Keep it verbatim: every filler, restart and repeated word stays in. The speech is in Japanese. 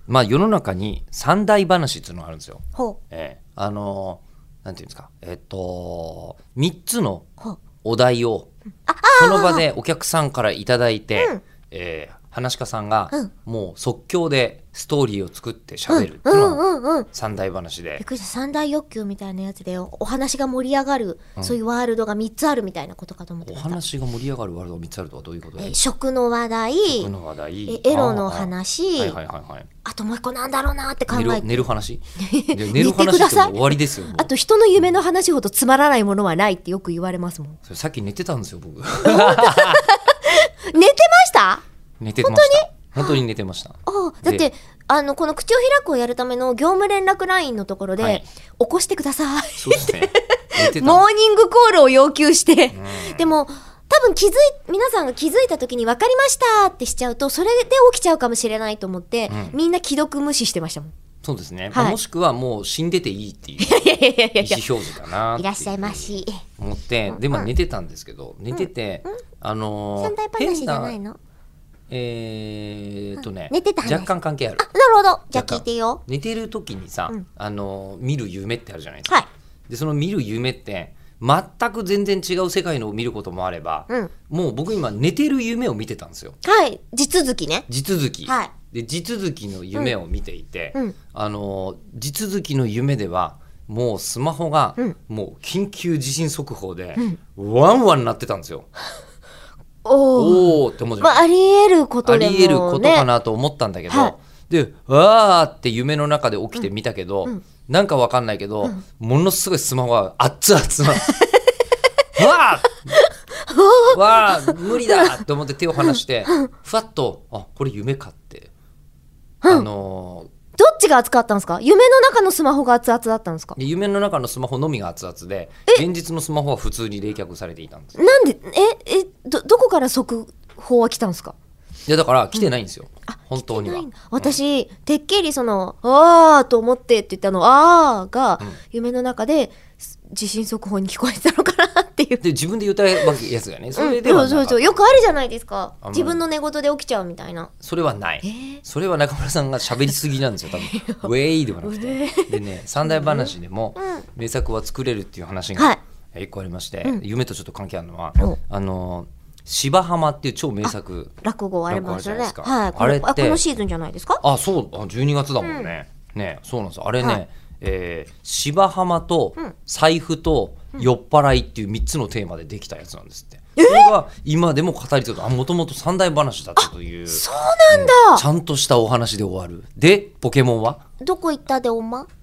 まあ世の中に三大話っていうのがあるんですよ。 ほう。 えー、あのー、なんていうんですか、えっとみっつのほう。 お題をあ、 その場でお客さんからいただいて、 うんえー、話し家さんがうんもう即興でストーリーを作って喋るってういうんのうんうん。び三大話でっ、くりした。三大欲求みたいなやつでお話が盛り上がる、そういうワールドがみっつあるみたいなことかと思っておました。 話が盛り上がるワールドがみっつあるとはどういうことでえ食の話題、 食の話題、 えエロの話、 あーはいはいはいはい、 あともう一個なんだろうなって考寝るえて。 寝る話で寝寝るてください話ってもう終わりですよ。もうあと人の夢の話ほどつまらないものはないってよく言われますもん。 それさっき寝てたんですよ僕寝てました寝てました本当に寝てました。 ああだってあのこの口を開くをやるための業務連絡ラインのところで、 はい起こしてくださいそうですね寝てたモーニングコールを要求してうんでも多分気づい皆さんが気づいた時に分かりましたってしちゃうとそれで起きちゃうかもしれないと思って、 うんみんな既読無視してましたもん。 そうですね、 はいもしくはもう死んでていいっていういやいやいやいや意思表示だなっていらっしゃいまし。 思ってでまあ寝てたんですけど寝てて、あのー三大話じゃない変なの？ えーっとね、 寝てた話若干関係ある。 あ、なるほど。じゃあ若干聞いてよ。 寝てる時にさ、 うんあのー見る夢ってあるじゃないですか、 はい。 でその見る夢って全く全然違う世界のを見ることもあれば、 うん。 もう僕今寝てる夢を見てたんですよ。 はい。地続きね。 地続き、 はい。 で地続きの夢を見ていて、 うん。 あのー地続きの夢ではもうスマホが、 うんもう緊急地震速報で、ワンワン鳴ってたんですよ。 おお。 おおって思ってままあ、あり得ることでもね。 ありえることかなと思ったんだけど、 はいでわーって夢の中で起きてみたけど、 うんうんなんかわかんないけど、ものすごいスマホが熱々なわーわー無理だって思って手を離してふわっとあこれ夢かって、あのーどっちが熱かったんですか？夢の中のスマホが熱々だったんですか？ で夢の中のスマホのみが熱々で現実のスマホは普通に冷却されていたんです。 なんで、え、え、ど、どこから速報は来たんですか？ いやだから来てないんですよ、 あ本当には。 来てないんだ私、てっきりその、あーと思ってって言ったの、あーが、夢の中で、地震速報に聞こえてたのかなっていう。 で自分で言ったわけやつがねそれでうん、 はなかったそうそうそう。よくあるじゃないですか。 あの自分の寝言で起きちゃうみたいな。 それはない、 えーそれは中村さんが喋りすぎなんですよ多分ウェイではなくてでね三大話でもうん名作は作れるっていう話はいがえー一個ありまして、 うん夢とちょっと関係あるのはおあのー芝浜っていう超名作落語ありますよね。 落語あるじゃないですかはい。こあれってのあこのシーズンじゃないですか？ あそうあじゅうにがつだもんね、ねそうなんですよあれね、 はいえー芝浜とうん財布と酔っ払いっていうみっつのテーマでできたやつなんですって、それが今でも語り継ぐもともと三大話だったというそうなんだ。 ちゃんとしたお話で終わるでポケモンはどこ行ったでおま？